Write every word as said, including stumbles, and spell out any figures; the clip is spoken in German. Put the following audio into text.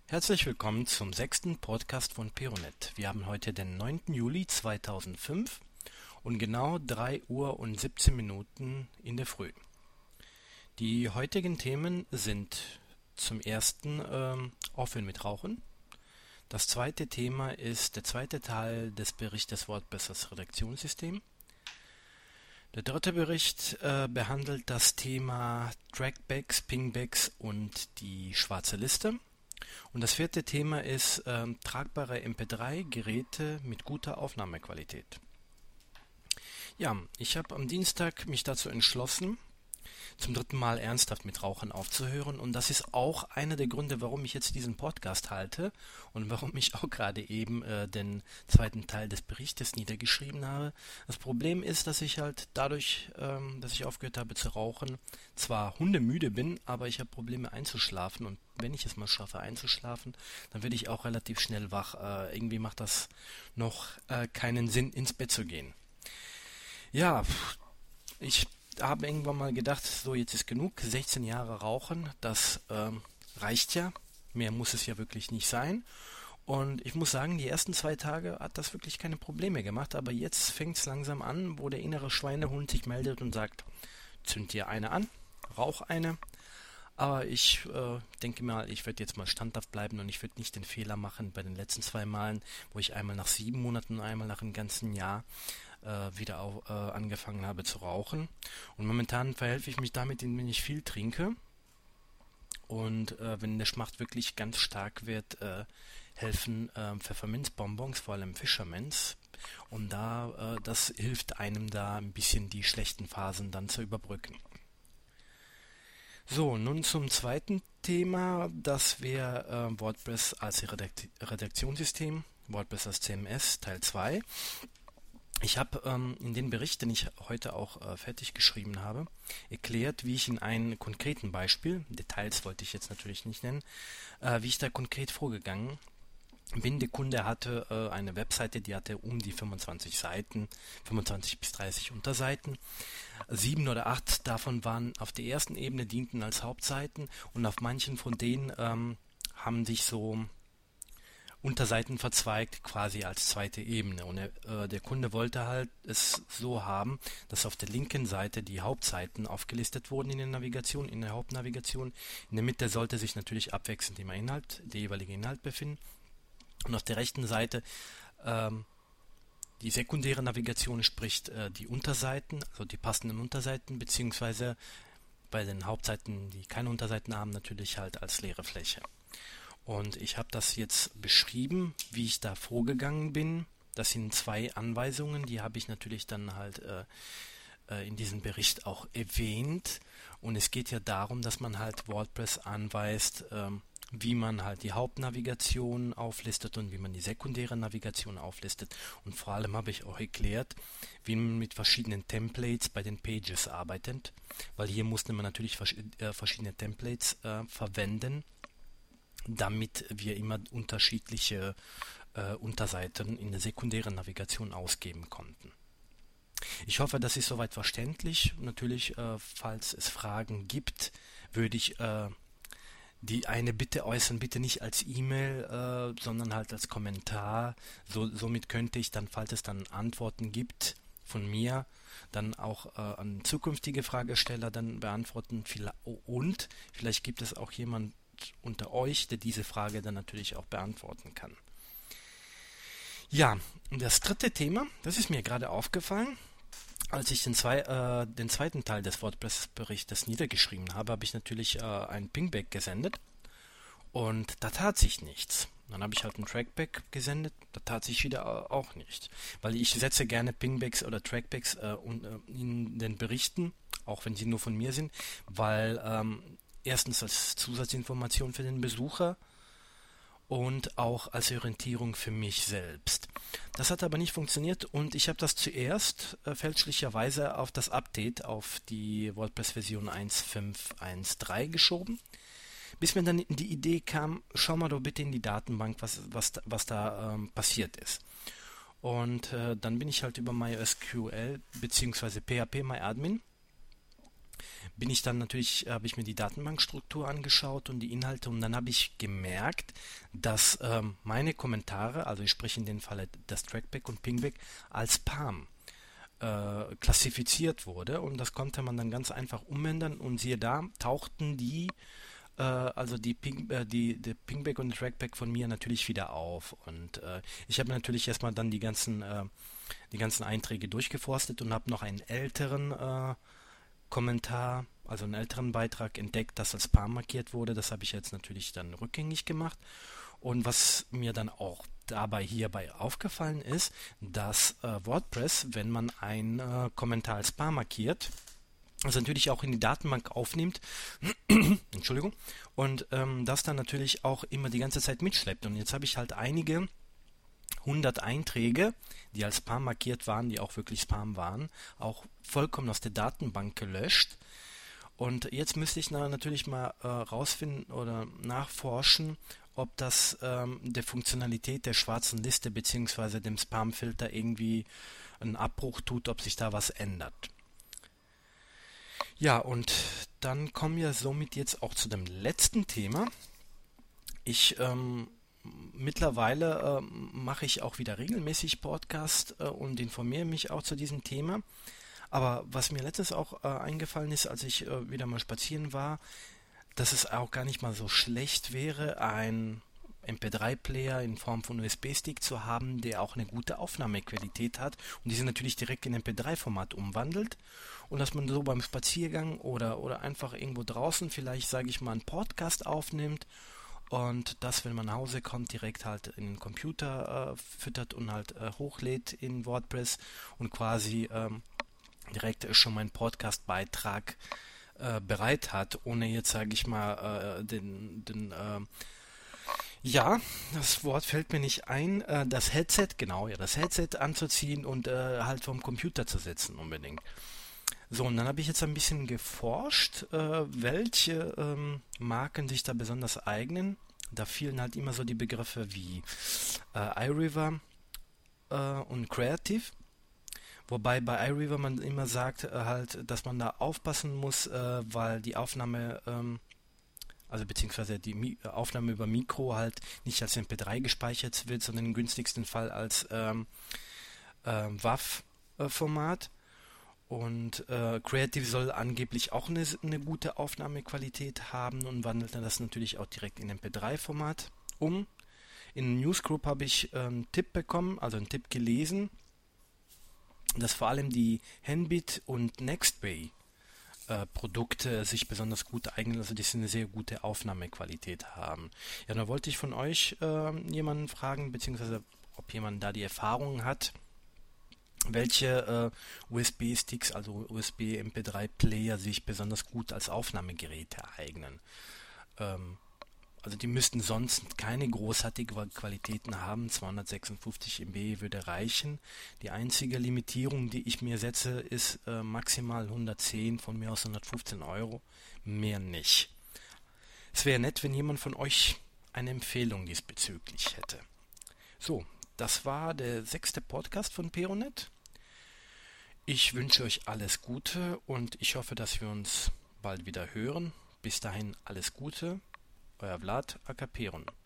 Herzlich willkommen zum sechsten Podcast von Peronet. Wir haben heute den neunten Juli zweitausendfünf und genau drei Uhr und siebzehn Minuten in der Früh. Die heutigen Themen sind zum ersten ähm, Aufhören mit Rauchen. Das zweite Thema ist der zweite Teil des Berichtes WordPress als Redaktionssystem. Der dritte Bericht äh, behandelt das Thema Trackbacks, Pingbacks und die schwarze Liste. Und das vierte Thema ist ähm, tragbare M P drei Geräte mit guter Aufnahmequalität. Ja, ich habe am Dienstag mich dazu entschlossen, zum dritten Mal ernsthaft mit Rauchen aufzuhören, und das ist auch einer der Gründe, warum ich jetzt diesen Podcast halte und warum ich auch gerade eben äh, den zweiten Teil des Berichtes niedergeschrieben habe. Das Problem ist, dass ich halt dadurch, ähm, dass ich aufgehört habe zu rauchen, zwar hundemüde bin, aber ich habe Probleme einzuschlafen, und wenn ich es mal schaffe einzuschlafen, dann werde ich auch relativ schnell wach. Äh, irgendwie macht das noch äh, keinen Sinn, ins Bett zu gehen. Ja, ich habe irgendwann mal gedacht, so, jetzt ist genug, sechzehn Jahre rauchen, das ähm, reicht ja, mehr muss es ja wirklich nicht sein. Und ich muss sagen, die ersten zwei Tage hat das wirklich keine Probleme gemacht, aber jetzt fängt es langsam an, wo der innere Schweinehund sich meldet und sagt, zünd dir eine an, rauch eine. Aber ich äh, denke mal, ich werde jetzt mal standhaft bleiben und ich werde nicht den Fehler machen bei den letzten zwei Malen, wo ich einmal nach sieben Monaten und einmal nach einem ganzen Jahr äh, wieder auch, äh, angefangen habe zu rauchen. Und momentan verhelfe ich mich damit, indem ich viel trinke. Und äh, wenn der Schmacht wirklich ganz stark wird, äh, helfen äh, Pfefferminzbonbons, vor allem Fishermans. Und da, äh, das hilft einem da ein bisschen die schlechten Phasen dann zu überbrücken. So, nun zum zweiten Thema, das wäre äh, WordPress als Redakt- Redaktionssystem, WordPress als C M S, Teil zwei. Ich habe ähm, in den Bericht, den ich heute auch äh, fertig geschrieben habe, erklärt, wie ich in einem konkreten Beispiel, Details wollte ich jetzt natürlich nicht nennen, äh, wie ich da konkret vorgegangen bin. Der Kunde hatte äh, eine Webseite, die hatte um die fünfundzwanzig Seiten, fünfundzwanzig bis dreißig Unterseiten. Sieben oder acht davon waren auf der ersten Ebene, dienten als Hauptseiten, und auf manchen von denen ähm, haben sich so Unterseiten verzweigt, quasi als zweite Ebene. Und er, äh, der Kunde wollte halt es so haben, dass auf der linken Seite die Hauptseiten aufgelistet wurden in der Navigation, in der Hauptnavigation. In der Mitte sollte sich natürlich abwechselnd immer Inhalt, der jeweilige Inhalt befinden. Und auf der rechten Seite ähm, die sekundäre Navigation, sprich äh, die Unterseiten, also die passenden Unterseiten, beziehungsweise bei den Hauptseiten, die keine Unterseiten haben, natürlich halt als leere Fläche. Und ich habe das jetzt beschrieben, wie ich da vorgegangen bin. Das sind zwei Anweisungen, die habe ich natürlich dann halt äh, äh, in diesem Bericht auch erwähnt. Und es geht ja darum, dass man halt WordPress anweist, ähm, wie man halt die Hauptnavigation auflistet und wie man die sekundäre Navigation auflistet. Und vor allem habe ich auch erklärt, wie man mit verschiedenen Templates bei den Pages arbeitet, weil hier musste man natürlich vers- äh, verschiedene Templates äh, verwenden, damit wir immer unterschiedliche äh, Unterseiten in der sekundären Navigation ausgeben konnten. Ich hoffe, das ist soweit verständlich. Natürlich, äh, falls es Fragen gibt, würde ich äh, die eine Bitte äußern, bitte nicht als E-Mail, äh, sondern halt als Kommentar. So, somit könnte ich dann, falls es dann Antworten gibt von mir, dann auch äh, an zukünftige Fragesteller dann beantworten. Und vielleicht gibt es auch jemanden unter euch, der diese Frage dann natürlich auch beantworten kann. Ja, und das dritte Thema, das ist mir gerade aufgefallen. Als ich den, zwei, äh, den zweiten Teil des WordPress-Berichtes niedergeschrieben habe, habe ich natürlich äh, ein Pingback gesendet, und da tat sich nichts. Dann habe ich halt ein Trackback gesendet, da tat sich wieder äh, auch nichts. Weil ich setze gerne Pingbacks oder Trackbacks äh, un, äh, in den Berichten, auch wenn sie nur von mir sind, weil ähm, erstens als Zusatzinformation für den Besucher und auch als Orientierung für mich selbst. Das hat aber nicht funktioniert, und ich habe das zuerst äh, fälschlicherweise auf das Update, auf die WordPress-Version eins Punkt fünf Punkt eins Punkt drei geschoben, bis mir dann die Idee kam, schau mal doch bitte in die Datenbank, was, was, was da ähm, passiert ist. Und äh, dann bin ich halt über MySQL bzw. P H P MyAdmin bin ich dann natürlich, habe ich mir die Datenbankstruktur angeschaut und die Inhalte und dann habe ich gemerkt, dass ähm, meine Kommentare, also ich spreche in dem Falle das Trackback und Pingback, als Spam äh, klassifiziert wurde und das konnte man dann ganz einfach umändern und siehe da, tauchten die äh, also die, Ping, äh, die, die Pingback und Trackback von mir natürlich wieder auf und äh, ich habe natürlich erstmal dann die ganzen äh, die ganzen Einträge durchgeforstet und habe noch einen älteren äh, Kommentar, also einen älteren Beitrag entdeckt, das als Spam markiert wurde. Das habe ich jetzt natürlich dann rückgängig gemacht. Und was mir dann auch dabei hierbei aufgefallen ist, dass äh, WordPress, wenn man einen äh, Kommentar als Spam markiert, das natürlich auch in die Datenbank aufnimmt, Entschuldigung, und ähm, das dann natürlich auch immer die ganze Zeit mitschleppt. Und jetzt habe ich halt einige hundert Einträge, die als Spam markiert waren, die auch wirklich Spam waren, auch vollkommen aus der Datenbank gelöscht. Und jetzt müsste ich na, natürlich mal äh, rausfinden oder nachforschen, ob das ähm, der Funktionalität der schwarzen Liste bzw. dem Spamfilter irgendwie einen Abbruch tut, ob sich da was ändert. Ja, und dann kommen wir somit jetzt auch zu dem letzten Thema. Ich ähm, Mittlerweile äh, mache ich auch wieder regelmäßig Podcast äh, und informiere mich auch zu diesem Thema. Aber was mir letztens auch äh, eingefallen ist, als ich äh, wieder mal spazieren war, dass es auch gar nicht mal so schlecht wäre, ein M P drei Player in Form von U S B-Stick zu haben, der auch eine gute Aufnahmequalität hat und diese natürlich direkt in M P drei Format umwandelt und dass man so beim Spaziergang oder, oder einfach irgendwo draußen vielleicht, sage ich mal, einen Podcast aufnimmt und das, wenn man nach Hause kommt, direkt halt in den Computer äh, füttert und halt äh, hochlädt in WordPress und quasi ähm, direkt schon meinen Podcast-Beitrag äh, bereit hat, ohne jetzt, sage ich mal, äh, den, den äh, ja, das Wort fällt mir nicht ein, äh, das Headset, genau, ja, das Headset anzuziehen und äh, halt vom Computer zu sitzen unbedingt. So, und dann habe ich jetzt ein bisschen geforscht, äh, welche ähm, Marken sich da besonders eignen. Da fielen halt immer so die Begriffe wie äh, iRiver äh, und Creative. Wobei bei iRiver man immer sagt, äh, halt, dass man da aufpassen muss, äh, weil die Aufnahme, ähm, also beziehungsweise die Mi- Aufnahme über Mikro halt nicht als M P drei gespeichert wird, sondern im günstigsten Fall als ähm, äh, WAV-Format. Und äh, Creative soll angeblich auch eine, eine gute Aufnahmequalität haben und wandelt dann das natürlich auch direkt in M P drei Format um. In Newsgroup habe ich äh, einen Tipp bekommen, also einen Tipp gelesen, dass vor allem die Henbit und Nextbay äh, Produkte sich besonders gut eignen, also die eine sehr gute Aufnahmequalität haben. Ja, da wollte ich von euch äh, jemanden fragen, beziehungsweise ob jemand da die Erfahrung hat, welche äh, U S B-Sticks, also U S B-M P drei Player sich besonders gut als Aufnahmegeräte eignen. Ähm, also die müssten sonst keine großartigen Qualitäten haben, zweihundertsechsundfünfzig Megabyte würde reichen. Die einzige Limitierung, die ich mir setze, ist äh, maximal hundertzehn, von mir aus hundertfünfzehn Euro, mehr nicht. Es wäre nett, wenn jemand von euch eine Empfehlung diesbezüglich hätte. So, das war der sechste Podcast von Peronet. Ich wünsche euch alles Gute und ich hoffe, dass wir uns bald wieder hören. Bis dahin alles Gute, euer Vlad aka Peron.